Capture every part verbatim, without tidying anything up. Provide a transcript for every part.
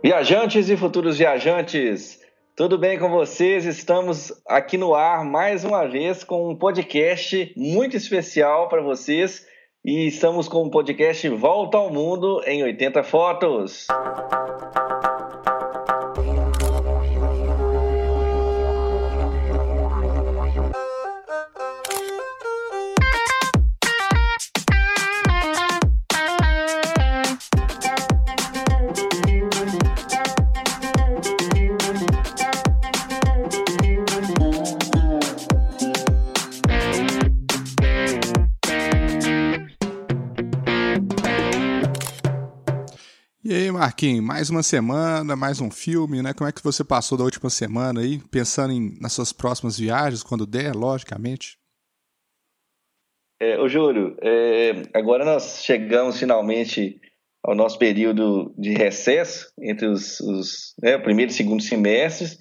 Viajantes e futuros viajantes, tudo bem com vocês? Estamos aqui no ar mais uma vez com um podcast muito especial para vocês e estamos com o podcast Volta ao Mundo em oitenta Fotos. E aí, Marquinhos, mais uma semana, mais um filme, né? Como é que você passou da última semana aí, pensando em, nas suas próximas viagens, quando der, logicamente? É, ô Júlio, é, agora nós chegamos finalmente ao nosso período de recesso, entre os, os né, primeiro e segundo semestres.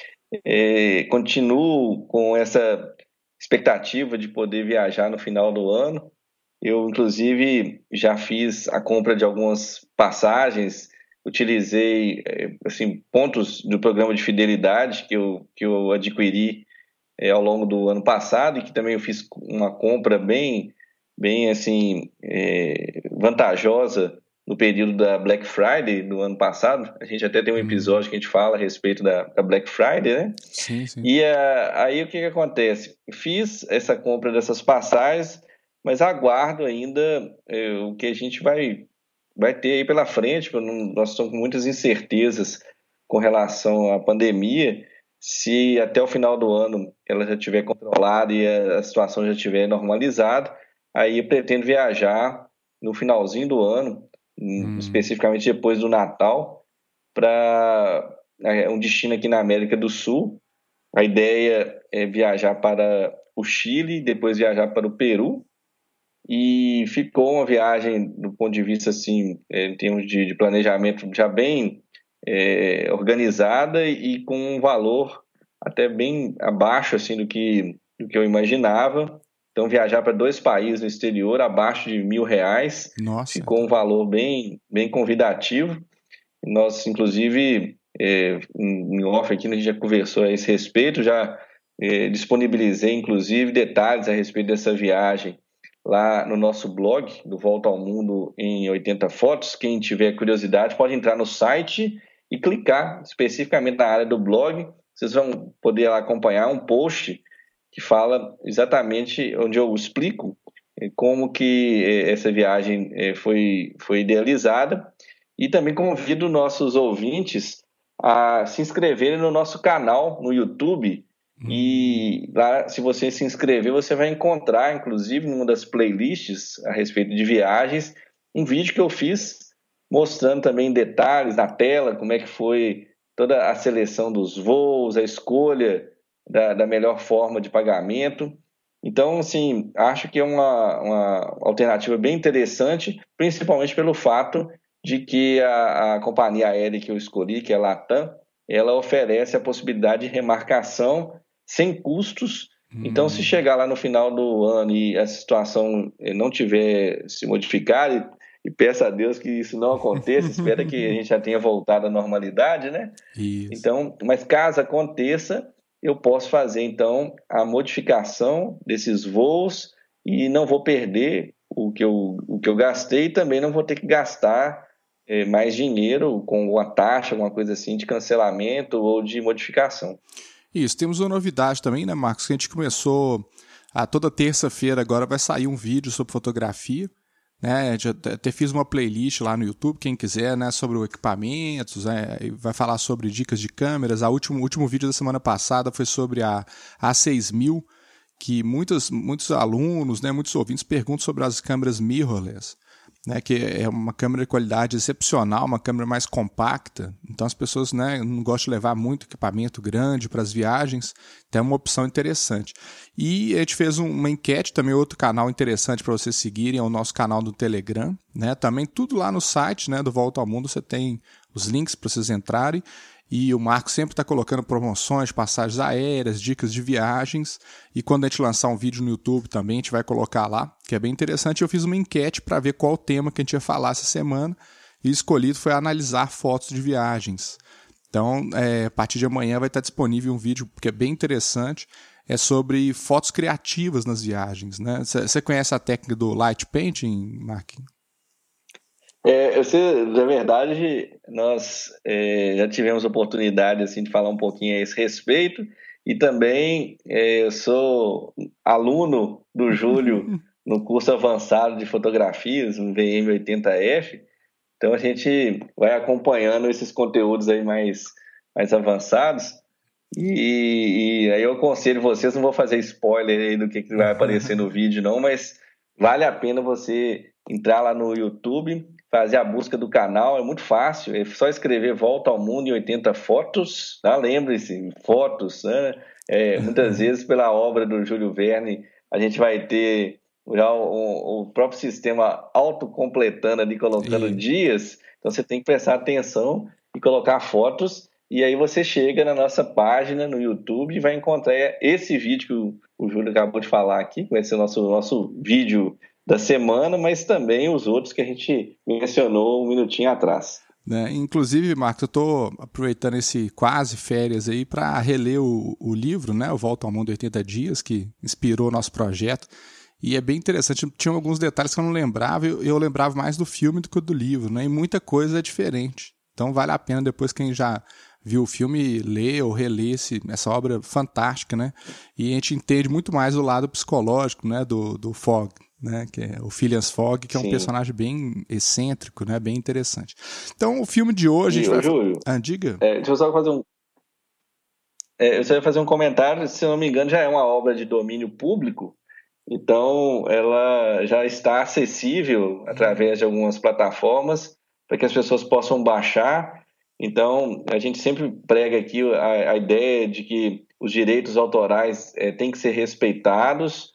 É, continuo com essa expectativa de poder viajar no final do ano. Eu, inclusive, já fiz a compra de algumas passagens, utilizei assim, pontos do programa de fidelidade que eu, que eu adquiri é, ao longo do ano passado e que também eu fiz uma compra bem, bem assim, é, vantajosa no período da Black Friday do ano passado. A gente até tem um episódio que a gente fala a respeito da, da Black Friday, né? Sim, sim. E a, aí o que, que acontece? Fiz essa compra dessas passagens, mas aguardo ainda é, o que a gente vai, vai ter aí pela frente. Não, nós estamos com muitas incertezas com relação à pandemia. Se até o final do ano ela já estiver controlada e a, a situação já estiver normalizada, aí eu pretendo viajar no finalzinho do ano, hum. especificamente depois do Natal, para um destino aqui na América do Sul. A ideia é viajar para o Chile, depois viajar para o Peru. E ficou uma viagem, do ponto de vista, assim, em termos de, de planejamento, já bem é, organizada e com um valor até bem abaixo assim, do, que, do que eu imaginava. Então, viajar para dois países no exterior, abaixo de mil reais, Nossa. Ficou um valor bem, bem convidativo. Nós, inclusive, é, em off aqui, a gente já conversou a esse respeito, já é, disponibilizei, inclusive, detalhes a respeito dessa viagem lá no nosso blog do Volta ao Mundo em oitenta Fotos. Quem tiver curiosidade pode entrar no site e clicar especificamente na área do blog. Vocês vão poder lá acompanhar um post que fala exatamente onde eu explico como que essa viagem foi, foi idealizada, e também convido nossos ouvintes a se inscreverem no nosso canal no YouTube. E lá, se você se inscrever, você vai encontrar, inclusive, numa das playlists a respeito de viagens, um vídeo que eu fiz mostrando também em detalhes na tela como é que foi toda a seleção dos voos, a escolha da, da melhor forma de pagamento. Então, assim, acho que é uma, uma alternativa bem interessante, principalmente pelo fato de que a, a companhia aérea que eu escolhi, que é a Latam, ela oferece a possibilidade de remarcação sem custos. Hum. Então, se chegar lá no final do ano e a situação não tiver se modificado, e, e peço a Deus que isso não aconteça, espero que a gente já tenha voltado à normalidade, né? Isso. Então, mas caso aconteça, eu posso fazer, então, a modificação desses voos e não vou perder o que eu, o que eu gastei, e também não vou ter que gastar é, mais dinheiro com uma taxa, alguma coisa assim, de cancelamento ou de modificação. Isso, temos uma novidade também, né, Marcos? Que a gente começou, a toda terça-feira agora vai sair um vídeo sobre fotografia, né? Já até fiz uma playlist lá no YouTube, quem quiser, né, sobre o equipamentos, né, vai falar sobre dicas de câmeras. A último, o último vídeo da semana passada foi sobre a A seis mil, que muitos, muitos alunos, né, muitos ouvintes perguntam sobre as câmeras mirrorless, né, que é uma câmera de qualidade excepcional, uma câmera mais compacta. Então as pessoas, né, não gostam de levar muito equipamento grande para as viagens, então é uma opção interessante. E a gente fez um, uma enquete, também outro canal interessante para vocês seguirem, é o nosso canal do Telegram, né, também tudo lá no site, né, do Volta ao Mundo, você tem os links para vocês entrarem. E o Marcos sempre está colocando promoções, passagens aéreas, dicas de viagens. E quando a gente lançar um vídeo no YouTube também, a gente vai colocar lá, que é bem interessante. Eu fiz uma enquete para ver qual tema que a gente ia falar essa semana. e escolhido foi analisar fotos de viagens. Então, é, a partir de amanhã vai estar disponível um vídeo que é bem interessante, é sobre fotos criativas nas viagens, né? Você conhece a técnica do light painting, Marquinhos? É, eu sei, na verdade, nós é, já tivemos oportunidade assim, de falar um pouquinho a esse respeito, e também é, eu sou aluno do Júlio no curso avançado de fotografias, no V M oitenta F, então a gente vai acompanhando esses conteúdos aí mais, mais avançados, e, e aí eu aconselho vocês, não vou fazer spoiler aí do que, que vai aparecer no vídeo não, mas vale a pena você entrar lá no YouTube, fazer a busca do canal, é muito fácil, é só escrever Volta ao Mundo em oitenta Fotos, tá? Lembre-se, fotos, né? É, muitas vezes pela obra do Júlio Verne, a gente vai ter já o, o próprio sistema autocompletando ali, colocando e... dias, então você tem que prestar atenção e colocar fotos, e aí você chega na nossa página no YouTube e vai encontrar esse vídeo que o, o Júlio acabou de falar aqui, que vai ser o nosso, nosso vídeo da semana, mas também os outros que a gente mencionou um minutinho atrás. Né? Inclusive, Marcos, eu estou aproveitando esse quase férias aí para reler o, o livro, né? O Volta ao Mundo em oitenta Dias, que inspirou o nosso projeto. E é bem interessante, tinha alguns detalhes que eu não lembrava, eu, eu lembrava mais do filme do que do livro, né? E muita coisa é diferente. Então vale a pena depois quem já viu o filme ler ou reler esse, essa obra fantástica, né? E a gente entende muito mais o lado psicológico, né? Do, do Fogg, né? Que é o Phileas Fogg, que é um Sim. personagem bem excêntrico, né? Bem interessante. Então o filme de hoje... E, a gente vai... Júlio, ah, diga. É, deixa eu só fazer um... É, eu só ia fazer um comentário, se eu não me engano já é uma obra de domínio público, então ela já está acessível através de algumas plataformas para que as pessoas possam baixar. Então a gente sempre prega aqui a, a ideia de que os direitos autorais é, têm que ser respeitados,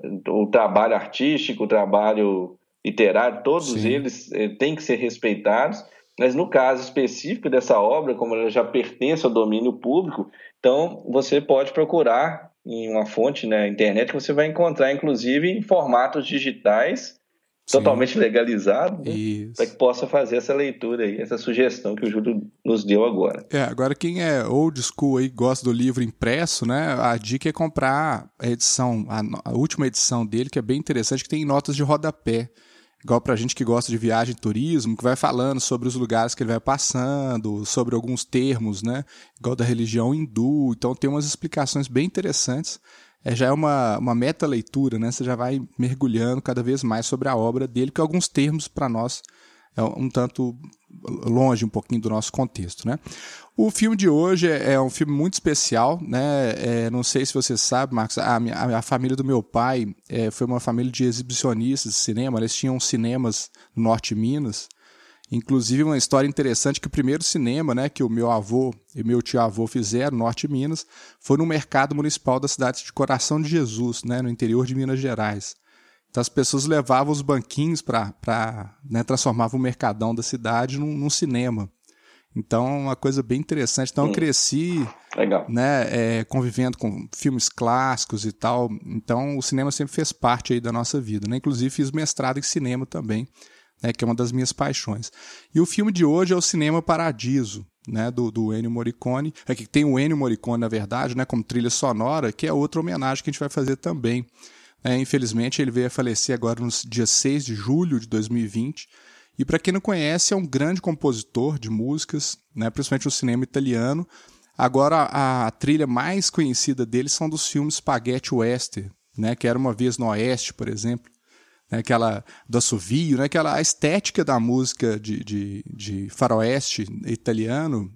o trabalho artístico, o trabalho literário, todos Sim. eles é, têm que ser respeitados, mas no caso específico dessa obra, como ela já pertence ao domínio público, então você pode procurar em uma fonte na internet que você vai encontrar, inclusive, em formatos digitais, Sim. totalmente legalizado, né? Para que possa fazer essa leitura aí, essa sugestão que o Júlio nos deu agora. É, agora quem é old school aí, gosta do livro impresso, né? A dica é comprar a edição, a, a última edição dele, que é bem interessante, que tem notas de rodapé. Igual pra gente que gosta de viagem e turismo, que vai falando sobre os lugares que ele vai passando, sobre alguns termos, né? Igual da religião hindu. Então tem umas explicações bem interessantes. É, já é uma, uma meta-leitura, né? Você já vai mergulhando cada vez mais sobre a obra dele, que alguns termos para nós é um tanto longe um pouquinho do nosso contexto, né? O filme de hoje é, é um filme muito especial, né? É, não sei se você sabe, Marcos, a, minha, a família do meu pai é, foi uma família de exibicionistas de cinema, eles tinham cinemas no norte de Minas, inclusive uma história interessante que o primeiro cinema, né, que o meu avô e meu tio-avô fizeram no norte de Minas foi no mercado municipal da cidade de Coração de Jesus, né, no interior de Minas Gerais. Então as pessoas levavam os banquinhos para, né, transformavam o mercadão da cidade num, num cinema. Então é uma coisa bem interessante. Então eu cresci Legal. Né, é, convivendo com filmes clássicos e tal. Então o cinema sempre fez parte aí da nossa vida, né? Inclusive fiz mestrado em cinema também, né, que é uma das minhas paixões. E o filme de hoje é o Cinema Paradiso, né, do, do Ennio Morricone. É que tem o Ennio Morricone, na verdade, né, como trilha sonora, que é outra homenagem que a gente vai fazer também. É, infelizmente, ele veio a falecer agora no dia seis de julho de dois mil e vinte. E para quem não conhece, é um grande compositor de músicas, né, principalmente no cinema italiano. Agora, a, a trilha mais conhecida dele são dos filmes Spaghetti Western, né, que Era Uma Vez no Oeste, por exemplo. Né, aquela do assovio, né, aquela a estética da música de, de, de faroeste italiano,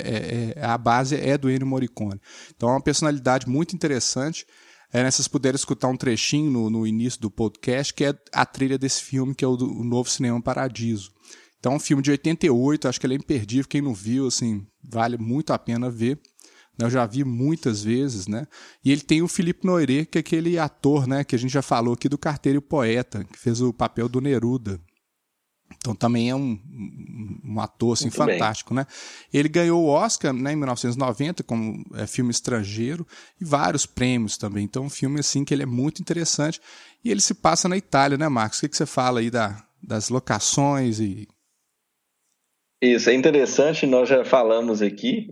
é, é, a base é do Ennio Morricone. Então é uma personalidade muito interessante. É, né, vocês puderem escutar um trechinho no, no início do podcast, que é a trilha desse filme, que é o, do, o Novo Cinema Paradiso. Então é um filme de oitenta e oito, acho que ele é imperdível, quem não viu, assim, vale muito a pena ver. Eu já vi muitas vezes, né? E ele tem o Philippe Noiret, que é aquele ator, né, que a gente já falou aqui do Carteiro e o Poeta, que fez o papel do Neruda. Então também é um, um ator assim, fantástico, né? Ele ganhou o Oscar, né, em mil novecentos e noventa como é, filme estrangeiro e vários prêmios também. Então é um filme assim, que ele é muito interessante. E ele se passa na Itália, né, Marcos? O que, que você fala aí da, das locações e... Isso é interessante, nós já falamos aqui,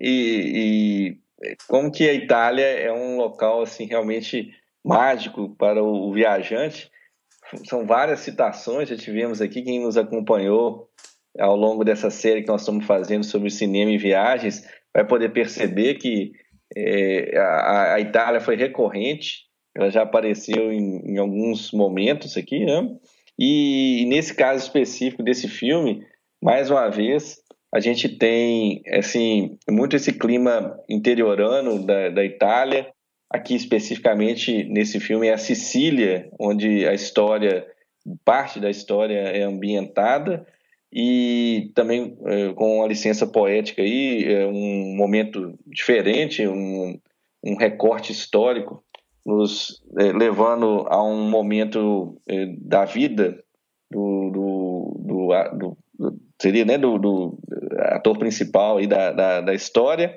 e, e como que a Itália é um local assim realmente mágico para o viajante. São várias citações, já tivemos aqui, quem nos acompanhou ao longo dessa série que nós estamos fazendo sobre cinema e viagens, vai poder perceber que é, a, a Itália foi recorrente, ela já apareceu em, em alguns momentos aqui, né? E, e nesse caso específico desse filme, mais uma vez, a gente tem assim, muito esse clima interiorano da, da Itália. Aqui especificamente nesse filme é a Sicília, onde a história, parte da história é ambientada, e também com a licença poética aí, é um momento diferente, um, um recorte histórico, nos é, levando a um momento é, da vida do, do, do, do, do seria, né, do, do ator principal aí da, da, da história,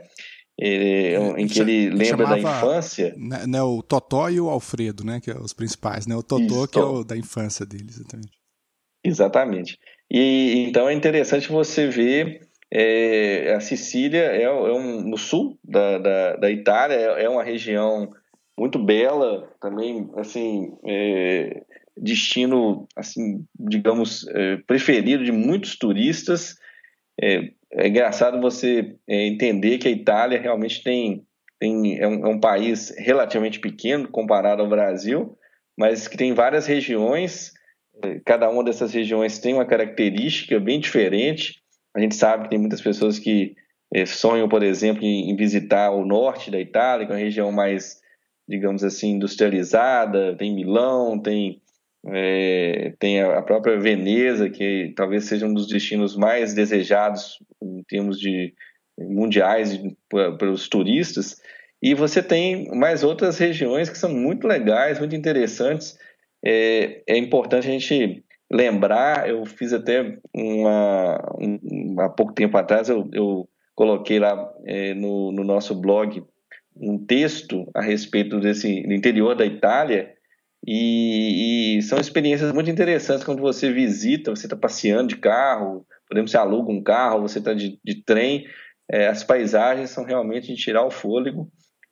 é, em que ele lembra da infância. Né, né, o Totó e o Alfredo, né, que são os principais, né? O Totó, Isso. que é o da infância dele, exatamente. Exatamente. E então é interessante você ver é, a Sicília é, é um, no sul da, da, da Itália, é, é uma região muito bela, também assim é, destino assim, digamos, é, preferido de muitos turistas. É, é engraçado você é, entender que a Itália realmente tem, tem é, um, é um país relativamente pequeno comparado ao Brasil, mas que tem várias regiões. Cada uma dessas regiões tem uma característica bem diferente. A gente sabe que tem muitas pessoas que é, sonham, por exemplo, em, em visitar o norte da Itália, que é uma região mais, digamos assim, industrializada. Tem Milão, tem É, tem a própria Veneza, que talvez seja um dos destinos mais desejados em termos de mundiais para os turistas. E você tem mais outras regiões que são muito legais, muito interessantes. É, é importante a gente lembrar, eu fiz até uma, um, há pouco tempo atrás, eu, eu coloquei lá é, no, no nosso blog um texto a respeito desse, do interior da Itália. E, e são experiências muito interessantes quando você visita, você está passeando de carro, podemos você aluga um carro, você está de, de trem, é, as paisagens são realmente de tirar o fôlego,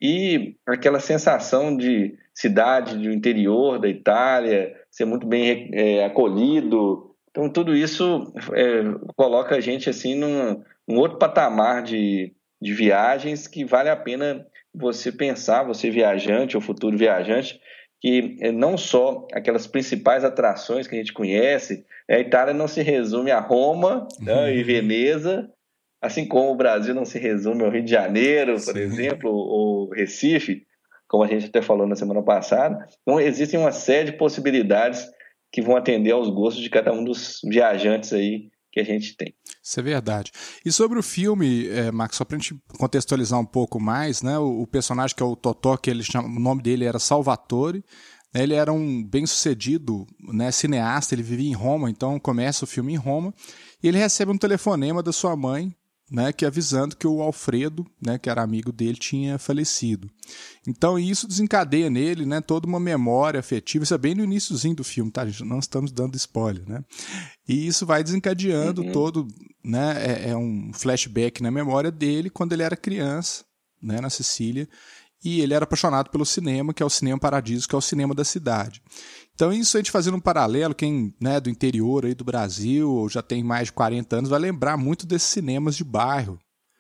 e aquela sensação de cidade do interior da Itália, ser muito bem é, acolhido, então tudo isso é, coloca a gente assim num, num outro patamar de, de viagens que vale a pena você pensar, você viajante ou futuro viajante, que não só aquelas principais atrações que a gente conhece, a Itália não se resume a Roma, né, e Veneza, assim como o Brasil não se resume ao Rio de Janeiro, por Sim. exemplo, ou Recife, como a gente até falou na semana passada. Então, existem uma série de possibilidades que vão atender aos gostos de cada um dos viajantes aí que a gente tem. Isso é verdade. E sobre o filme, é, Max, só para a gente contextualizar um pouco mais, né, o, o personagem que é o Totó, que ele chama, o nome dele era Salvatore, né, ele era um bem-sucedido, né, cineasta, ele vivia em Roma, então começa o filme em Roma, e ele recebe um telefonema da sua mãe, né, que avisando que o Alfredo, né, que era amigo dele, tinha falecido. Então isso desencadeia nele, né, toda uma memória afetiva. Isso é bem no iniciozinho do filme, tá, gente? Não estamos dando spoiler, né? E isso vai desencadeando uhum. todo, né, é, é um flashback na memória dele quando ele era criança, né, na Sicília, e ele era apaixonado pelo cinema, que é o Cinema Paradiso, que é o cinema da cidade. Então isso a gente fazendo um paralelo, quem, né, do interior aí do Brasil, ou já tem mais de quarenta anos, vai lembrar muito desses cinemas de bairro,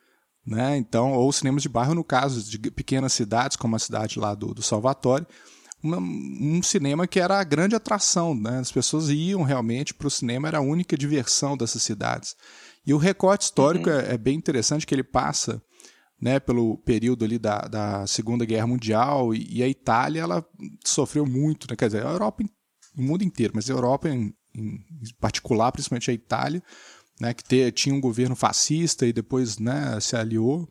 né? Então, ou cinemas de bairro no caso de pequenas cidades, como a cidade lá do, do Salvatore, uma, um cinema que era a grande atração, né? As pessoas iam realmente para o cinema, era a única diversão dessas cidades. E o recorte histórico uhum. é, é bem interessante, que ele passa, né, pelo período ali da, da Segunda Guerra Mundial, e, e a Itália ela sofreu muito, né, quer dizer, a Europa, o mundo inteiro, mas a Europa em, em particular, principalmente a Itália, né, que te, tinha um governo fascista e depois, né, se aliou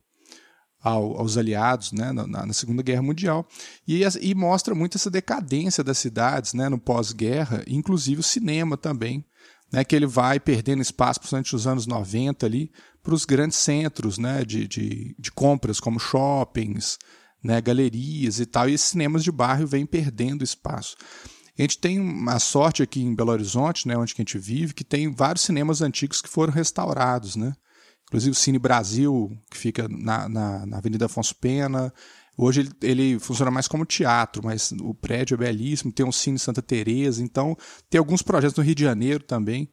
ao, aos aliados, né, na, na Segunda Guerra Mundial, e, e mostra muito essa decadência das cidades, né, no pós-guerra, inclusive o cinema também, né, que ele vai perdendo espaço, principalmente nos anos noventa, ali, para os grandes centros, né, de, de, de compras, como shoppings, né, galerias e tal, e esses cinemas de bairro vêm perdendo espaço. A gente tem uma sorte aqui em Belo Horizonte, né, onde que a gente vive, que tem vários cinemas antigos que foram restaurados, né? inclusive o Cine Brasil, que fica na, na, na Avenida Afonso Pena. Hoje ele, ele funciona mais como teatro, mas o prédio é belíssimo, tem um Cine Santa Teresa, então tem alguns projetos no Rio de Janeiro também.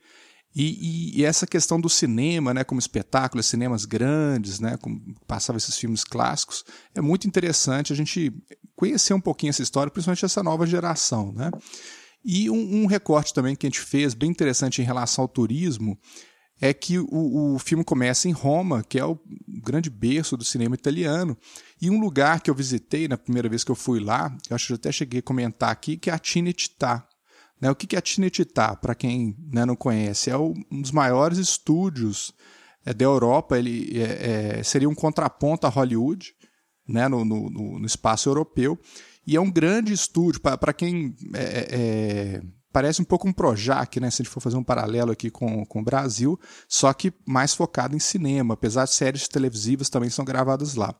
E, e, e essa questão do cinema, né, como espetáculo, cinemas grandes, né, como passava esses filmes clássicos, é muito interessante a gente conhecer um pouquinho essa história, principalmente essa nova geração, né? E um, um recorte também que a gente fez, bem interessante em relação ao turismo, é que o, o filme começa em Roma, que é o grande berço do cinema italiano, e um lugar que eu visitei na primeira vez que eu fui lá, eu acho que eu até cheguei a comentar aqui, que é a Cinecittà. Né, o que é a Cinecittà, para quem, né, não conhece? É o, um dos maiores estúdios é, da Europa, ele é, é, seria um contraponto a Hollywood, né, no, no, no espaço europeu, e é um grande estúdio, para quem é, é, parece um pouco um Projac, né, se a gente for fazer um paralelo aqui com, com o Brasil, só que mais focado em cinema, apesar de séries televisivas também são gravadas lá.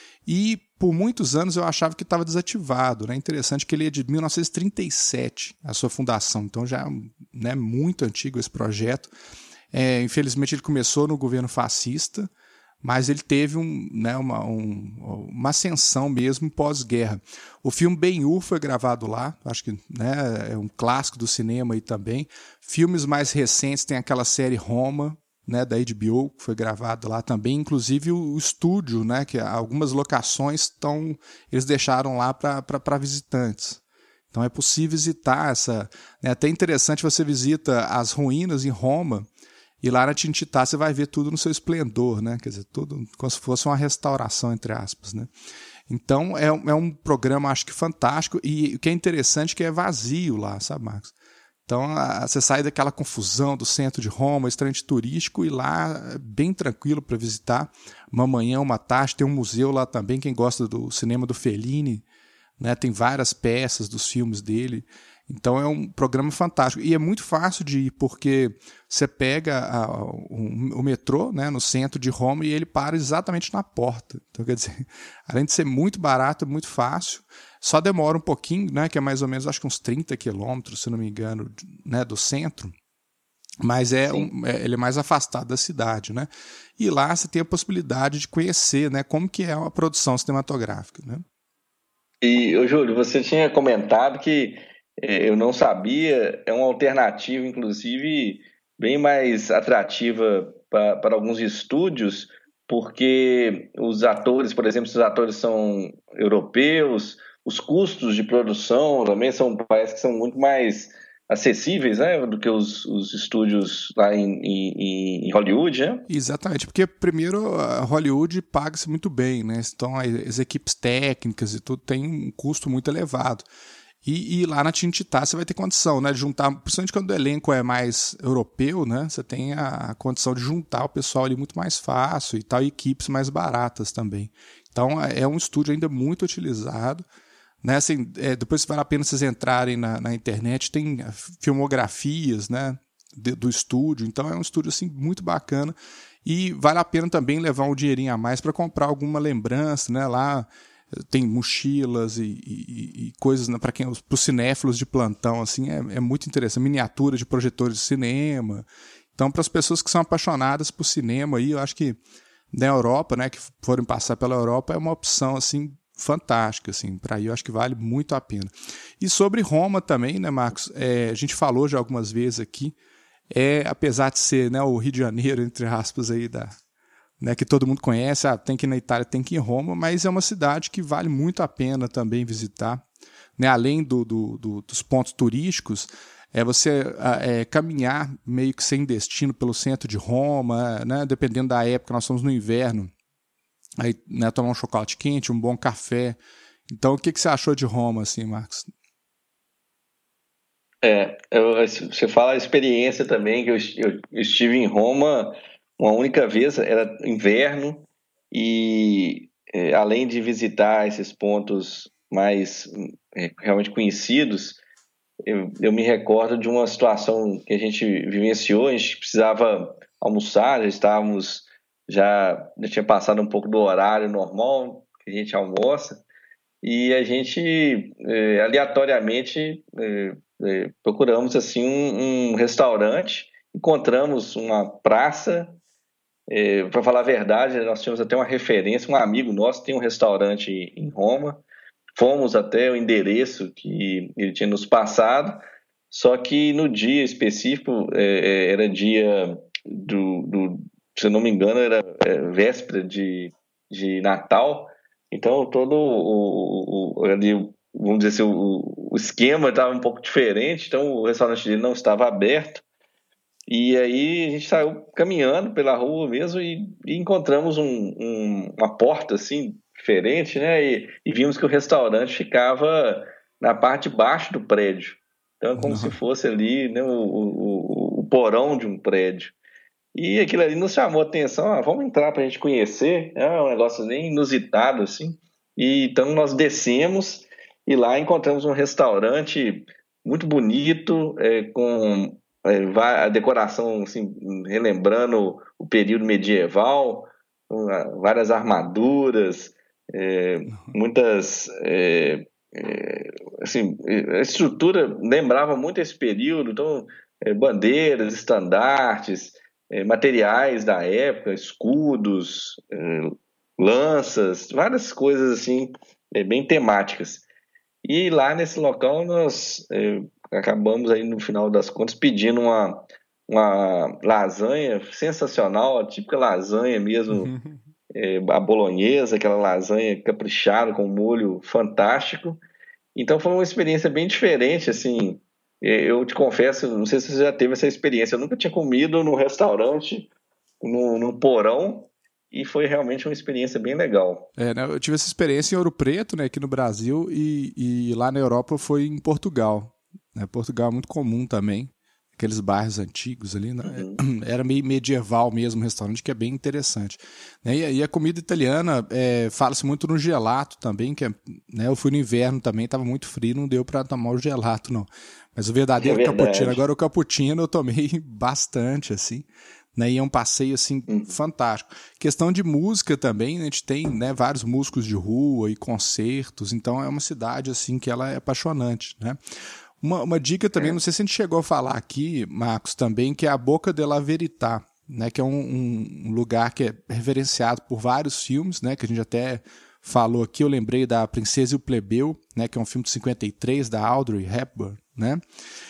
E por muitos anos eu achava que estava desativado, né? Interessante que ele é de mil novecentos e trinta e sete, a sua fundação, então já é, né, muito antigo esse projeto. É, infelizmente ele começou no governo fascista, mas ele teve um, né, uma, um, uma ascensão mesmo pós-guerra. O filme Ben-Hur foi gravado lá, acho que, né, é um clássico do cinema aí também. Filmes mais recentes tem aquela série Roma, né, da H B O, que foi gravado lá também, inclusive o, o estúdio, né, que algumas locações estão, eles deixaram lá para visitantes. Então é possível visitar essa... É até interessante, você visita as ruínas em Roma, e lá na Cinecittà você vai ver tudo no seu esplendor, né? Quer dizer, tudo como se fosse uma restauração, entre aspas, né? Então é, é um programa, acho que fantástico, e o que é interessante é que é vazio lá, sabe, Marcos? Então a, você sai daquela confusão do centro de Roma, extremamente turístico, e lá é bem tranquilo para visitar. Uma manhã, uma tarde, tem um museu lá também, quem gosta do cinema do Fellini, né? Tem várias peças dos filmes dele. Então é um programa fantástico. E é muito fácil de ir, porque você pega a, o, o metrô, né, no centro de Roma, e ele para exatamente na porta. Então, quer dizer, além de ser muito barato, é muito fácil. Só demora um pouquinho, né, que é mais ou menos, acho que uns trinta quilômetros, se não me engano, né, do centro. Mas é, um, é ele é mais afastado da cidade, né? E lá você tem a possibilidade de conhecer, né, como que é uma produção cinematográfica, né? E, ô, Júlio, você tinha comentado que é, eu não sabia, é uma alternativa, inclusive, bem mais atrativa pra, para alguns estúdios, porque os atores, por exemplo, se os atores são europeus, os custos de produção também são, parece que são muito mais acessíveis, né, do que os, os estúdios lá em, em, em Hollywood, né? Exatamente, porque primeiro a Hollywood paga-se muito bem, né? Então as equipes técnicas e tudo tem um custo muito elevado. E, e lá na Cinecittà você vai ter condição, né, de juntar, principalmente quando o elenco é mais europeu, né? Você tem a, a condição de juntar o pessoal ali muito mais fácil e tal, e equipes mais baratas também. Então é um estúdio ainda muito utilizado. Né, assim, é, depois vale a pena vocês entrarem na, na internet, tem filmografias, né, de, do estúdio, então é um estúdio assim, muito bacana, e vale a pena também levar um dinheirinho a mais para comprar alguma lembrança, né, lá tem mochilas e, e, e coisas, né, para quem, para os cinéfilos de plantão, assim, é, é muito interessante, miniatura de projetores de cinema. Então, para as pessoas que são apaixonadas por cinema, aí, eu acho que na Europa, né, que forem passar pela Europa, é uma opção assim fantástica, assim, para ir eu acho que vale muito a pena. E sobre Roma também, né, Marcos, é, a gente falou já algumas vezes aqui, é, apesar de ser, né, o Rio de Janeiro, entre aspas, aí da, né, que todo mundo conhece, ah, tem que ir na Itália, tem que ir em Roma, mas é uma cidade que vale muito a pena também visitar, né, além do, do, do, dos pontos turísticos, é você é, caminhar meio que sem destino pelo centro de Roma, né, dependendo da época, nós estamos no inverno, aí, né, tomar um chocolate quente, um bom café. Então, o que, que você achou de Roma, assim, Marcos? É, eu, você fala a experiência também, que eu, eu estive em Roma uma única vez, era inverno, e é, além de visitar esses pontos mais é, realmente conhecidos, eu, eu me recordo de uma situação que a gente vivenciou, a gente precisava almoçar, já estávamos, já, já tinha passado um pouco do horário normal, que a gente almoça, e a gente é, aleatoriamente é, é, procuramos assim um, um restaurante, encontramos uma praça É, para falar a verdade, nós tínhamos até uma referência, um amigo nosso tem um restaurante em Roma, fomos até o endereço que ele tinha nos passado, só que no dia específico, é, é, era dia do, do, se eu não me engano, era é, véspera de, de Natal, então todo o, o, o ali, vamos dizer assim, o, o esquema estava um pouco diferente, então o restaurante dele não estava aberto, e aí a gente saiu caminhando pela rua mesmo e, e encontramos um, um- uma porta assim diferente, né? E, e vimos que o restaurante ficava na parte de baixo do prédio. Então é como se Não. fosse ali, né, o, o, o- o porão de um prédio. E aquilo ali nos chamou a atenção. Ah, vamos entrar para a gente conhecer. É um negócio nem inusitado assim. E então nós descemos e lá encontramos um restaurante muito bonito, é, com é, va- a decoração assim, relembrando o período medieval, com, ah, várias armaduras, é, muitas é, é, assim, a estrutura lembrava muito esse período, então é, bandeiras, estandartes, é, materiais da época, escudos, é, lanças, várias coisas assim, é, bem temáticas. E lá nesse local nós é, acabamos aí no final das contas pedindo uma, uma lasanha sensacional, a típica lasanha mesmo, é, a bolonhesa, aquela lasanha caprichada com molho fantástico. Então foi uma experiência bem diferente, assim. É, eu te confesso, não sei se você já teve essa experiência. Eu nunca tinha comido num restaurante, num, num porão, e foi realmente uma experiência bem legal. É, né, eu tive essa experiência em Ouro Preto, né, aqui no Brasil, e, e lá na Europa foi em Portugal. Né? Portugal é muito comum também, aqueles bairros antigos ali, né? Uhum. Era meio medieval mesmo o restaurante, que é bem interessante. Né? E, e a comida italiana, é, fala-se muito no gelato também, que é, né, eu fui no inverno também, estava muito frio, não deu para tomar o gelato, não. Mas o É verdadeiro cappuccino, verdade. agora o cappuccino eu tomei bastante, assim, né? E é um passeio assim Uhum. fantástico. Questão de música também, né? A gente tem, né, vários músicos de rua e concertos, então é uma cidade assim que ela é apaixonante, né? Uma, uma dica também, É. não sei se a gente chegou a falar aqui, Marcos, também, que é a Boca della Verità, né? Que é um, um- um lugar que é referenciado por vários filmes, né? Que a gente até falou aqui, eu lembrei da Princesa e o Plebeu, né? Que é um filme de cinquenta e três da Audrey Hepburn, né?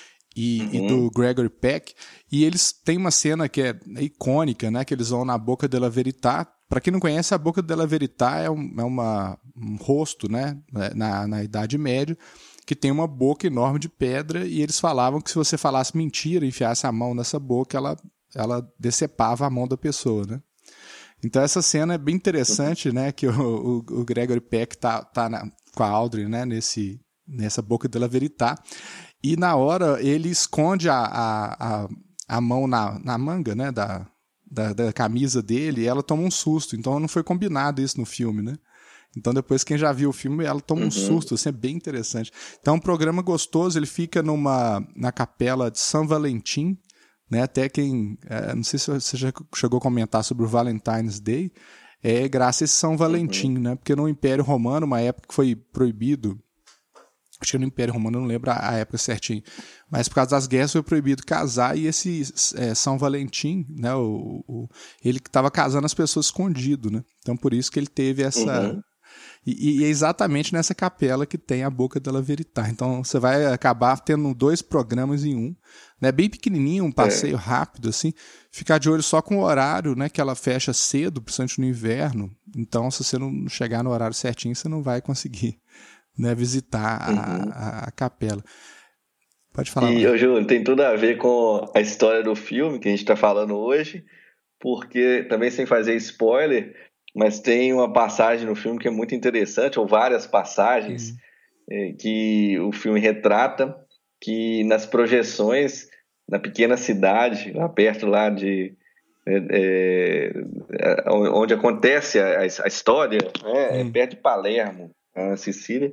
E, e do Uhum. Gregory Peck, e eles têm uma cena que é icônica, né? Que eles vão na Boca della Verità. Para quem não conhece, a Boca della Verità é, um, é uma, um rosto, né? Na, na Idade Média, que tem uma boca enorme de pedra, e eles falavam que se você falasse mentira, enfiasse a mão nessa boca, ela, ela decepava a mão da pessoa, né? Então essa cena é bem interessante, né? Que o, o, o Gregory Peck tá, tá na, com a Audrey, né? Nesse, nessa Boca della Verità. E na hora ele esconde a, a, a, a mão na, na manga, né? Da, da, da camisa dele, e ela toma um susto. Então não foi combinado isso no filme, né? Então depois quem já viu o filme, ela toma um Uhum. susto, assim, é bem interessante. Então é um programa gostoso, ele fica numa, na capela de São Valentim, né? Até quem, é, não sei se você já chegou a comentar sobre o Valentine's Day, é graças a esse São Valentim, Uhum. né? Porque no Império Romano, uma época que foi proibido, acho que no Império Romano, eu não lembro a época certinho, mas por causa das guerras foi proibido casar, e esse é, São Valentim, né? O, o, ele que estava casando as pessoas escondido, né? Então por isso que ele teve essa. Uhum. E, e é exatamente nessa capela que tem a Boca della Verità. Então você vai acabar tendo dois programas em um, né? Bem pequenininho, um É. passeio rápido, assim. Ficar de olho só com o horário, né? Que ela fecha cedo, principalmente no inverno. Então, se você não chegar no horário certinho, você não vai conseguir, né, visitar a, Uhum. a, a capela. Pode falar, E, ô, Marco. Júlio, tem tudo a ver com a história do filme que a gente está falando hoje, porque também sem fazer spoiler, mas tem uma passagem no filme que é muito interessante, ou várias passagens, Hum. eh, que o filme retrata, que nas projeções, na pequena cidade, lá perto lá de é, é, onde acontece a, a história, né, é Hum. perto de Palermo, na Sicília,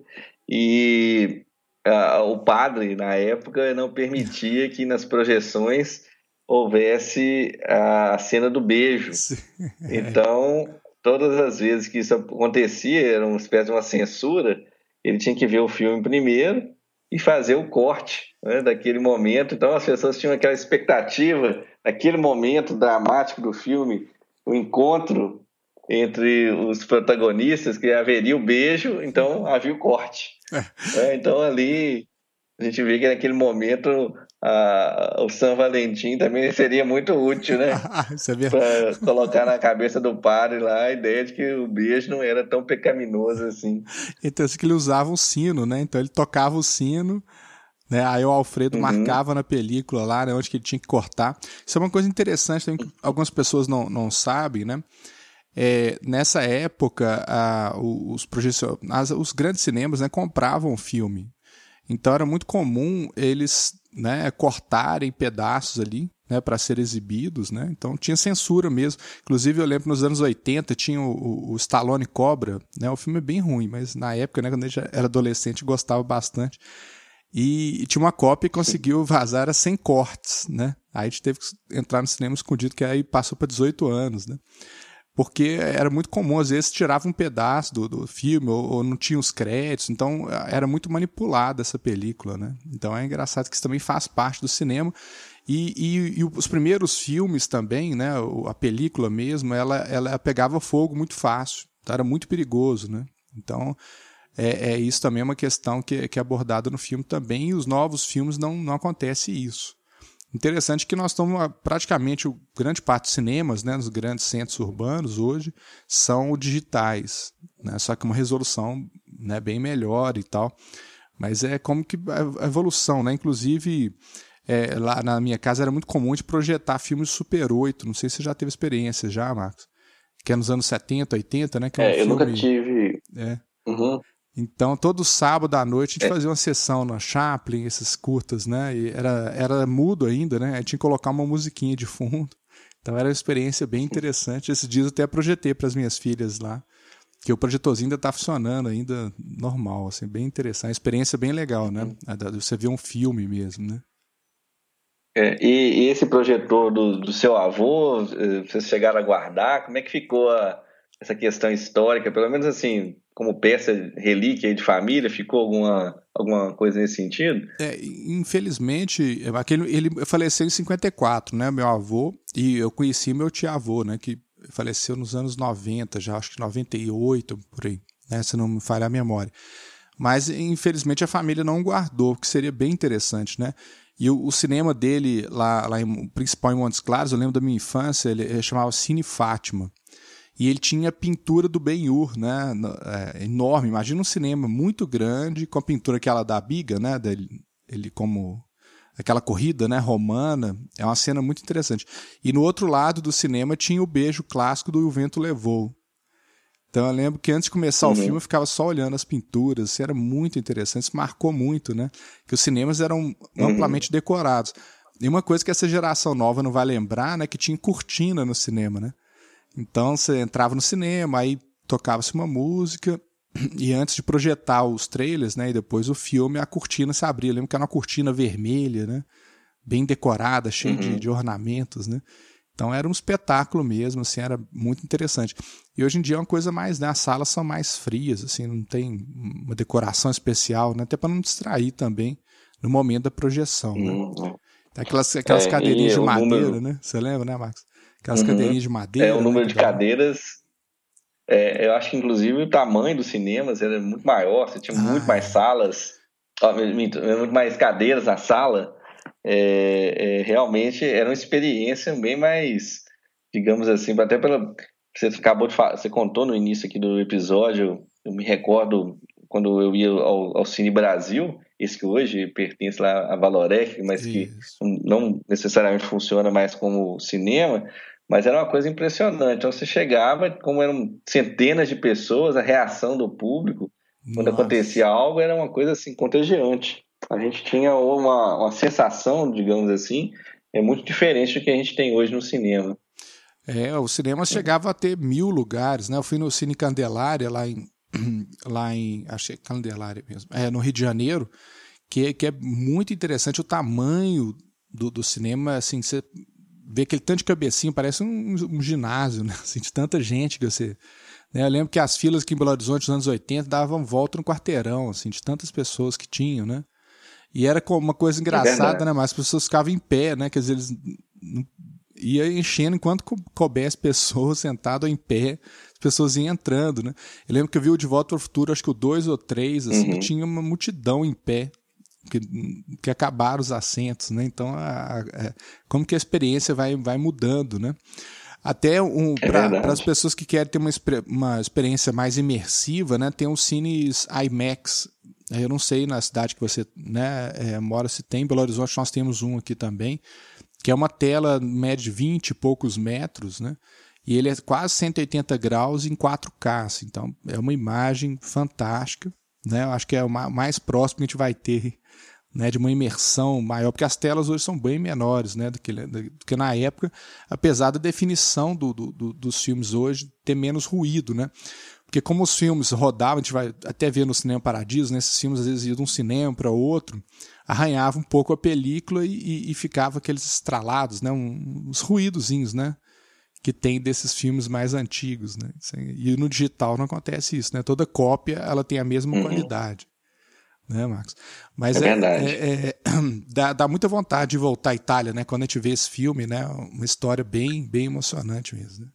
e a, o padre, na época, não permitia que nas projeções houvesse a cena do beijo. É. Então, todas as vezes que isso acontecia, era uma espécie de uma censura, ele tinha que ver o filme primeiro e fazer o corte, né, daquele momento. Então, as pessoas tinham aquela expectativa, naquele momento dramático do filme, o encontro entre os protagonistas, que haveria o beijo, então havia o corte. É, então ali a gente vê que naquele momento a, o São Valentim também seria muito útil, né? Para colocar na cabeça do padre lá a ideia de que o beijo não era tão pecaminoso assim. Então, assim, que ele usava um sino, né? Então ele tocava o sino, né? Aí o Alfredo uhum. marcava na película lá, né? Onde que ele tinha que cortar. Isso é uma coisa interessante também que algumas pessoas não, não sabem, né? É, nessa época, a, os, as, os grandes cinemas, né, compravam o filme. Então era muito comum eles, né, cortarem pedaços ali, né, para serem exibidos, né? Então tinha censura mesmo. Inclusive eu lembro nos anos oitenta tinha o, o, o Stallone Cobra, né? O filme é bem ruim, mas na época, né, quando ele já era adolescente, gostava bastante. E, e tinha uma cópia que conseguiu vazar era sem cortes, né? Aí a gente teve que entrar no cinema escondido, que aí passou para dezoito anos, né? Porque era muito comum, às vezes tirava um pedaço do, do filme ou, ou não tinha os créditos, então era muito manipulada essa película, né? Então é engraçado que isso também faz parte do cinema. E, e, e os primeiros filmes também, né? A película mesmo, ela, ela pegava fogo muito fácil, então era muito perigoso, né? Então é, é isso também é uma questão que, que é abordada no filme também, e os novos filmes não, não acontece isso. Interessante que nós estamos, praticamente, grande parte dos cinemas, né, nos grandes centros urbanos hoje, são digitais, né, só que uma resolução, né, bem melhor e tal. Mas é como que a evolução, né? Inclusive, é, lá na minha casa era muito comum de projetar filmes de Super oito, não sei se você já teve experiência já, Marcos, que é nos anos setenta, oitenta, né? Que é, um é eu filme, nunca tive. É. Uhum. Então, todo sábado à noite a gente é. fazia uma sessão na Chaplin, esses curtas, né? E era, era mudo ainda, né? A gente tinha que colocar uma musiquinha de fundo. Então era uma experiência bem interessante. Esses dias eu até projetei para as minhas filhas lá, que o projetorzinho ainda está funcionando, ainda normal, assim, bem interessante. Uma experiência bem legal, né? Você vê um filme mesmo, né? É, e, e esse projetor do, do seu avô, vocês chegaram a guardar? Como é que ficou a, essa questão histórica? Pelo menos assim, como peça relíquia de família, ficou alguma, alguma coisa nesse sentido? É, infelizmente, aquele, ele faleceu em cinquenta e quatro, né, meu avô, e eu conheci meu tio-avô, né, que faleceu nos anos noventa, já acho que noventa e oito, por aí, né, se não me falha a memória. Mas, infelizmente, a família não guardou, o que seria bem interessante, né? E o, o cinema dele, lá, lá em, principal em Montes Claros, eu lembro da minha infância, ele, ele chamava Cine Fátima. E ele tinha pintura do Ben-Hur, né? É, enorme. Imagina um cinema muito grande, com a pintura aquela da Biga, né? Dele, ele como aquela corrida, né, romana. É uma cena muito interessante. E no outro lado do cinema tinha o beijo clássico do E o Vento Levou. Então eu lembro que antes de começar uhum. o filme eu ficava só olhando as pinturas. Isso era muito interessante, isso marcou muito, né? Que os cinemas eram uhum. amplamente decorados. E uma coisa que essa geração nova não vai lembrar, né? Que tinha cortina no cinema, né? Então você entrava no cinema, aí tocava-se uma música, e antes de projetar os trailers, né, e depois o filme, a cortina se abria. Eu lembro que era uma cortina vermelha, né, bem decorada, cheia uhum. de, de ornamentos, né. Então era um espetáculo mesmo, assim, era muito interessante. E hoje em dia é uma coisa mais, né, as salas são mais frias, assim, não tem uma decoração especial, né, até para não distrair também no momento da projeção, né. Uhum. Tem aquelas, aquelas é, cadeirinhas de madeira, número... né, você lembra, né, Marcos? Aquelas uhum. cadeirinhas de madeira. É, o número né, de cadeiras, é, eu acho que inclusive o tamanho dos cinemas era muito maior, você tinha ah, muito mais salas, ó, muito mais cadeiras na sala, é, é, realmente era uma experiência bem mais, digamos assim, até pela, você acabou de falar, você contou no início aqui do episódio, eu me recordo quando eu ia ao, ao Cine Brasil, esse que hoje pertence lá à Valorec, mas que Isso. não necessariamente funciona mais como cinema, mas era uma coisa impressionante. Então você chegava, como eram centenas de pessoas, a reação do público, Nossa. quando acontecia algo, era uma coisa assim contagiante. A gente tinha uma, uma sensação, digamos assim, é muito diferente do que a gente tem hoje no cinema. É, o cinema chegava a ter mil lugares, né? Eu fui no Cine Candelária, lá em, lá em achei Candelária mesmo, é, no Rio de Janeiro, que, que é muito interessante o tamanho do, do cinema, assim, você vê aquele tanto de cabecinho, parece um, um ginásio, né? Assim, de tanta gente que você... Né? Eu lembro que as filas aqui em Belo Horizonte nos anos oitenta davam volta no quarteirão, assim, de tantas pessoas que tinham, né? E era uma coisa engraçada, é né? Mas as pessoas ficavam em pé, né? Quer dizer, eles... ia enchendo enquanto coubesse pessoas sentado em pé, as pessoas iam entrando, né? Eu lembro que eu vi o De Volta ao Futuro, acho que o dois ou três, assim, Uhum. tinha uma multidão em pé, que, que acabaram os assentos, né? Então, a, a, como que a experiência vai, vai mudando, né? Até um, É para as verdade. pessoas que querem ter uma, uma experiência mais imersiva, né? Tem os cines IMAX. Eu não sei na cidade que você, né, é, mora se tem. Em Belo Horizonte nós temos um aqui também, que é uma tela média de vinte e poucos metros, né? E ele é quase cento e oitenta graus em quatro K. Assim, então é uma imagem fantástica, né? Eu acho que é o mais próximo que a gente vai ter, né, de uma imersão maior, porque as telas hoje são bem menores, né, do, que, do que na época, apesar da definição do, do, dos filmes hoje ter menos ruído, né? Porque como os filmes rodavam, a gente vai até ver no Cinema Paradiso, né, esses filmes às vezes iam de um cinema para outro, arranhava um pouco a película e, e, e ficava aqueles estralados, né, um, uns ruídozinhos, né, que tem desses filmes mais antigos, né? E no digital não acontece isso, né? Toda cópia ela tem a mesma Uhum. qualidade. Né, Marcos? Mas é, é, verdade. é, é dá, dá muita vontade de voltar à Itália, né? Quando a gente vê esse filme, né? Uma história bem, bem emocionante mesmo. Né?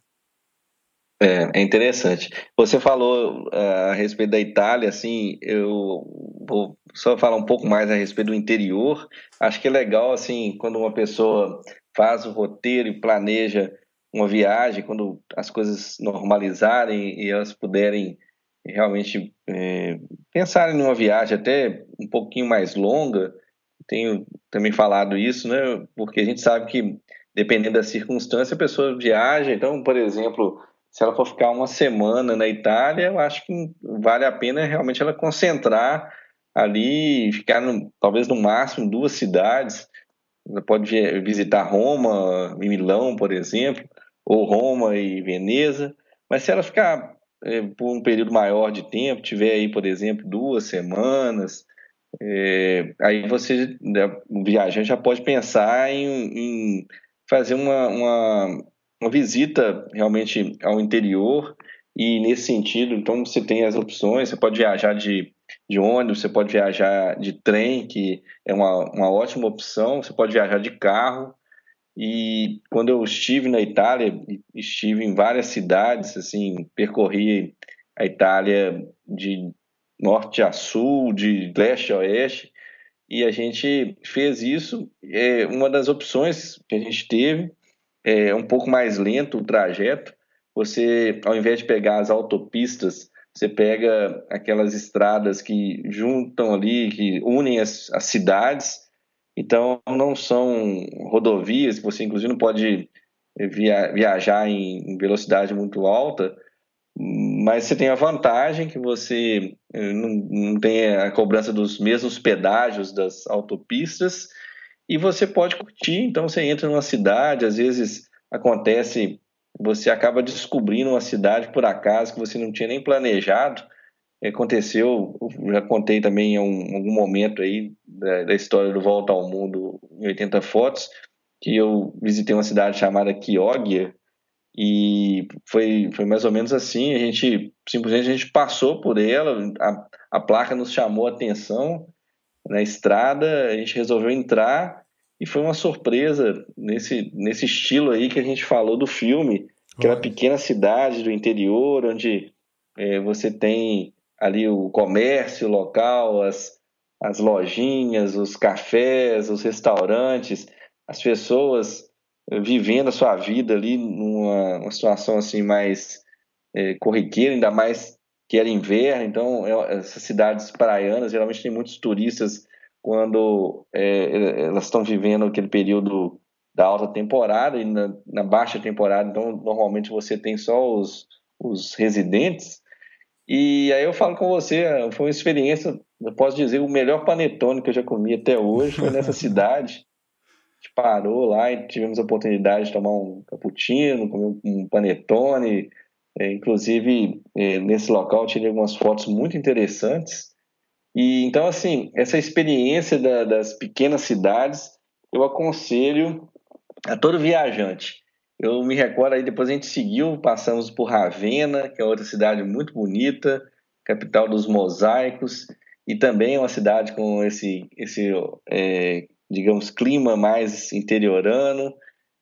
É, é interessante. Você falou uh, a respeito da Itália, assim, eu vou só falar um pouco mais a respeito do interior. Acho que é legal, assim, quando uma pessoa faz o roteiro e planeja uma viagem, quando as coisas normalizarem e elas puderem realmente é, pensarem numa viagem até um pouquinho mais longa. Tenho também falado isso, né? Porque a gente sabe que, dependendo da circunstância, a pessoa viaja. Então, por exemplo, se ela for ficar uma semana na Itália, eu acho que vale a pena realmente ela concentrar ali e ficar, no, talvez no máximo, duas cidades. Ela pode visitar Roma e Milão, por exemplo, ou Roma e Veneza. Mas se ela ficar é, por um período maior de tempo, tiver aí, por exemplo, duas semanas, é, aí você, o viajante, já pode pensar em, em fazer uma, uma, uma visita realmente ao interior. E nesse sentido, então você tem as opções, você pode viajar de, de ônibus, você pode viajar de trem, que é uma, uma ótima opção, você pode viajar de carro. E quando eu estive na Itália, estive em várias cidades, assim, percorri a Itália de norte a sul, de leste a oeste, e a gente fez isso. É, uma das opções que a gente teve é um pouco mais lento o trajeto. Você, ao invés de pegar as autopistas, você pega aquelas estradas que juntam ali, que unem as, as cidades. Então, não são rodovias que você, inclusive, não pode via, viajar em, em velocidade muito alta, mas você tem a vantagem que você eh, não, não tem a cobrança dos mesmos pedágios das autopistas e você pode curtir. Então você entra numa cidade, às vezes acontece, você acaba descobrindo uma cidade por acaso que você não tinha nem planejado. Aconteceu, eu já contei também em um, algum momento aí da, da história do Volta ao Mundo em oitenta Fotos, que eu visitei uma cidade chamada Chioggia. E foi, foi mais ou menos assim, a gente simplesmente a gente passou por ela, a, a placa nos chamou a atenção na estrada, a gente resolveu entrar e foi uma surpresa nesse, nesse estilo aí que a gente falou do filme, aquela Olha. pequena cidade do interior onde é, você tem ali o comércio local, as, as lojinhas, os cafés, os restaurantes, as pessoas vivendo a sua vida ali numa uma situação assim mais é, corriqueira, ainda mais que era inverno. Então é, essas cidades praianas geralmente tem muitos turistas quando é, elas estão vivendo aquele período da alta temporada e na, na baixa temporada, então normalmente você tem só os, os residentes. E aí eu falo com você, foi uma experiência, eu posso dizer, o melhor panetone que eu já comi até hoje foi nessa cidade. A gente parou lá e tivemos a oportunidade de tomar um cappuccino, comer um panetone. É, inclusive, é, nesse local, eu tirei algumas fotos muito interessantes. E então, assim, essa experiência da, das pequenas cidades, eu aconselho a todo viajante. Eu me recordo aí, depois a gente seguiu, passamos por Ravenna, que é outra cidade muito bonita, capital dos mosaicos, e também é uma cidade com esse, esse é, digamos, clima mais interiorano.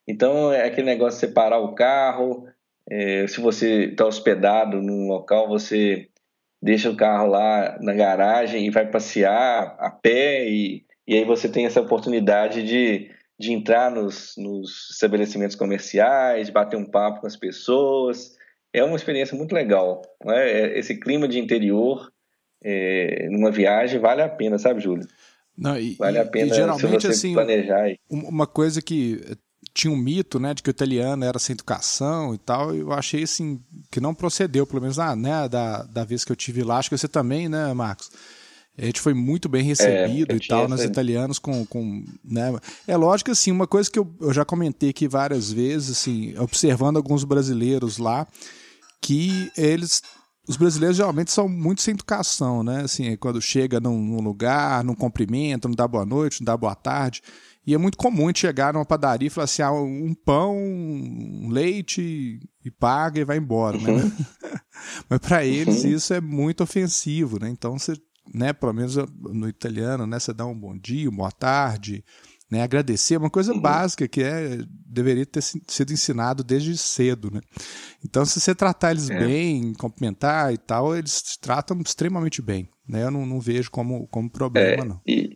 Então, é aquele negócio de separar o carro, é, se você está hospedado num local, você deixa o carro lá na garagem e vai passear a pé, e, e aí você tem essa oportunidade de, de entrar nos, nos estabelecimentos comerciais, de bater um papo com as pessoas. É uma experiência muito legal, né? É, esse clima de interior, é, numa viagem, vale a pena, sabe, Júlio? Não, e, Vale a e- e pena se geralmente, você assim, planejar aí. um- uma coisa que eh, tinha um mito, né, de que o italiano era sem educação e tal, eu achei, assim, que não procedeu, pelo menos ah, né, da, da vez que eu tive lá. Acho que você também, né, Marcos? A gente foi muito bem É, recebido eu e tinha tal, essa. nos italianos com, com, né? É lógico, assim, uma coisa que eu, eu já comentei aqui várias vezes, assim, observando alguns brasileiros lá, que eles, os brasileiros geralmente são muito sem educação, né? Assim, quando chega num, num lugar, não cumprimenta, não dá boa noite, não dá boa tarde. E é muito comum de chegar numa padaria e falar assim, ah, um pão, um leite, e paga e vai embora, né? Uhum, Mas para eles uhum, isso é muito ofensivo, né? Então você, né, pelo menos no italiano, né, você dá um bom dia, uma boa tarde, né, agradecer, é uma coisa uhum. básica que é deveria ter sido ensinado desde cedo, né? Então se você tratar eles É, bem, cumprimentar e tal, eles te tratam extremamente bem, né? Eu não, não vejo como, como problema, é, não. e,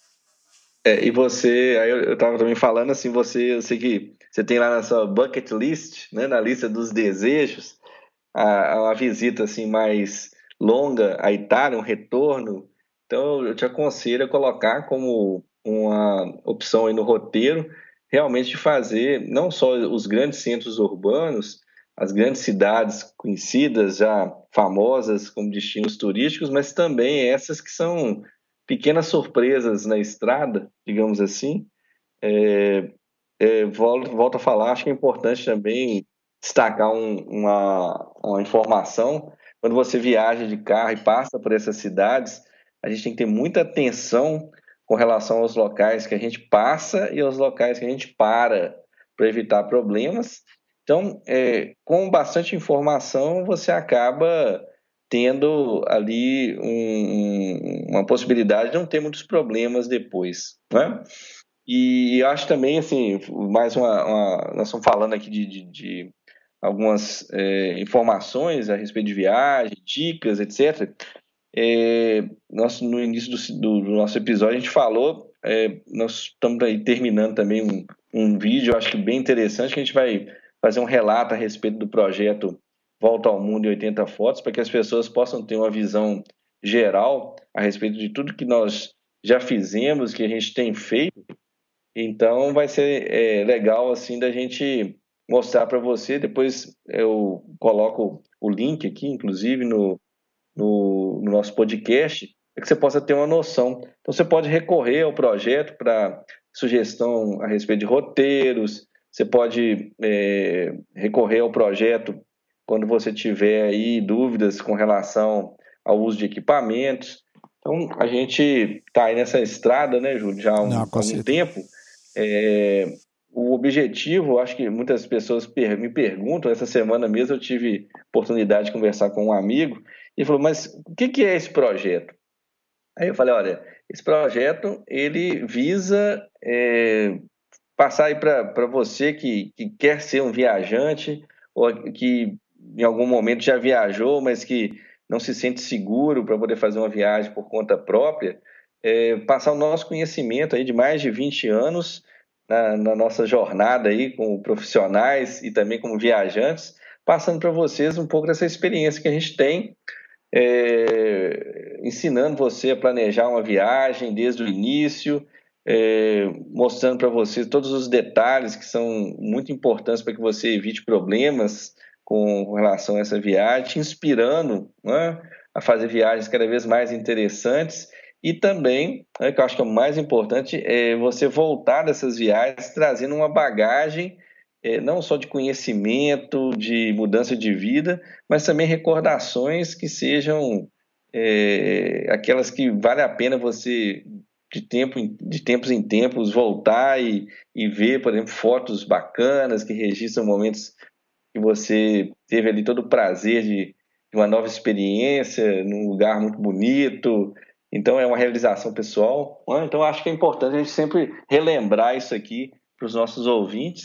é, e você, aí eu, eu tava também falando assim, você, eu sei que você tem lá na sua bucket list, né, na lista dos desejos, a, a visita assim mais longa à Itália, um retorno. Então eu te aconselho a colocar como uma opção aí no roteiro, realmente de fazer não só os grandes centros urbanos, as grandes cidades conhecidas, já famosas como destinos turísticos, mas também essas que são pequenas surpresas na estrada, digamos assim. É, é, volto, volto a falar, acho que é importante também destacar um- uma, uma informação. Quando você viaja de carro e passa por essas cidades, a gente tem que ter muita atenção com relação aos locais que a gente passa e aos locais que a gente para, para evitar problemas. Então, é, com bastante informação, você acaba tendo ali um- um- uma possibilidade de não ter muitos problemas depois, né? E eu acho também, assim, mais uma, uma- nós estamos falando aqui de, de- de algumas é, informações a respeito de viagem, dicas, etcétera. É, nós, no início do, do- do nosso episódio, a gente falou, é, nós estamos aí terminando também um, um vídeo, eu acho que bem interessante, que a gente vai fazer um relato a respeito do projeto Volta ao Mundo em oitenta Fotos, para que as pessoas possam ter uma visão geral a respeito de tudo que nós já fizemos, que a gente tem feito. Então vai ser é, legal assim da gente mostrar para você. Depois eu coloco o link aqui, inclusive no, no, no nosso podcast, para que você possa ter uma noção. Então você pode recorrer ao projeto para sugestão a respeito de roteiros. Você pode é, recorrer ao projeto quando você tiver aí dúvidas com relação ao uso de equipamentos. Então a gente está aí nessa estrada, né, Júlio, já há Não, um, com algum certeza. tempo. É, o objetivo, acho que muitas pessoas per- me perguntam, essa semana mesmo eu tive oportunidade de conversar com um amigo, e ele falou, mas o que que é esse projeto? Aí eu falei, olha, esse projeto, ele visa é, passar aí para você que, que quer ser um viajante, ou que em algum momento já viajou, mas que não se sente seguro para poder fazer uma viagem por conta própria, é, passar o nosso conhecimento aí de mais de vinte anos na, na nossa jornada aí como profissionais e também como viajantes, passando para vocês um pouco dessa experiência que a gente tem, é, ensinando você a planejar uma viagem desde o início, é, mostrando para você todos os detalhes que são muito importantes para que você evite problemas com relação a essa viagem, te inspirando, né, a fazer viagens cada vez mais interessantes e também, né, que eu acho que é o mais importante, é você voltar dessas viagens trazendo uma bagagem, é, não só de conhecimento, de mudança de vida, mas também recordações que sejam é, aquelas que vale a pena você, de, tempo, de tempos em tempos, voltar e, e ver, por exemplo, fotos bacanas que registram momentos que você teve ali todo o prazer de, de uma nova experiência, num lugar muito bonito. Então, é uma realização pessoal, né? Então, acho que é importante a gente sempre relembrar isso aqui para os nossos ouvintes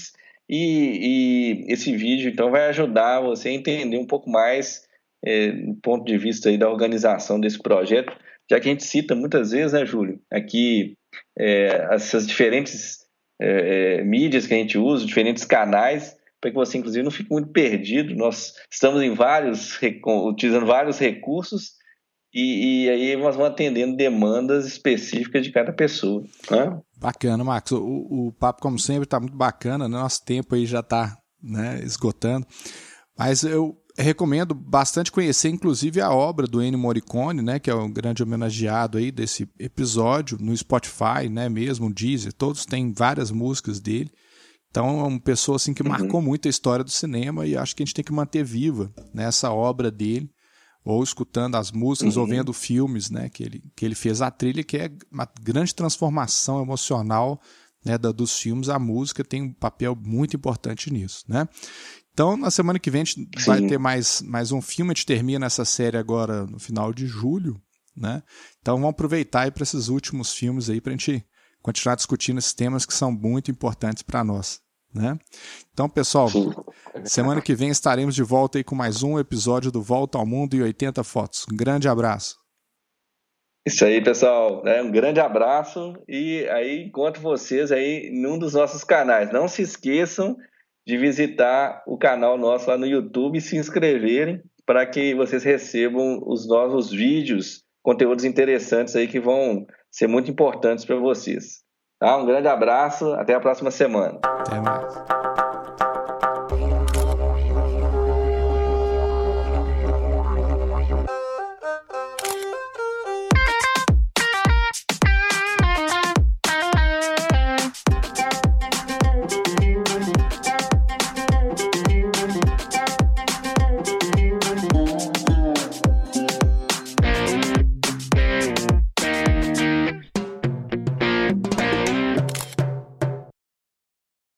e, e esse vídeo então vai ajudar você a entender um pouco mais é, do ponto de vista aí da organização desse projeto, já que a gente cita muitas vezes, né, Júlio, aqui é, essas diferentes é, é, mídias que a gente usa, diferentes canais, para que você, inclusive, não fique muito perdido. Nós estamos em vários, utilizando vários recursos e, e aí nós vamos atendendo demandas específicas de cada pessoa. Né? Bacana, Marcos. O, o papo, como sempre, está muito bacana. Né? Nosso tempo aí já está, né, esgotando. Mas eu recomendo bastante conhecer, inclusive, a obra do Ennio Morricone, né, que é um grande homenageado aí desse episódio, no Spotify, né, mesmo, no Deezer, todos têm várias músicas dele. Então é uma pessoa assim, que uhum. marcou muito a história do cinema e acho que a gente tem que manter viva, né, essa obra dele, ou escutando as músicas, uhum. ou vendo filmes, né, que ele, que ele fez a trilha, que é uma grande transformação emocional, né, da, dos filmes. A música tem um papel muito importante nisso, né? Então, na semana que vem a gente Sim. vai ter mais, mais um filme, a gente termina essa série agora no final de julho, né? Então vamos aproveitar aí para esses últimos filmes aí para a gente continuar discutindo esses temas que são muito importantes para nós, né? Então, pessoal, Sim. semana que vem estaremos de volta aí com mais um episódio do Volta ao Mundo em oitenta Fotos. Um grande abraço. Isso aí, pessoal, né? Um grande abraço e aí encontro vocês aí num dos nossos canais. Não se esqueçam de visitar o canal nosso lá no YouTube e se inscreverem para que vocês recebam os novos vídeos, conteúdos interessantes aí que vão ser muito importantes para vocês. Tá? Um grande abraço, até a próxima semana. Até mais.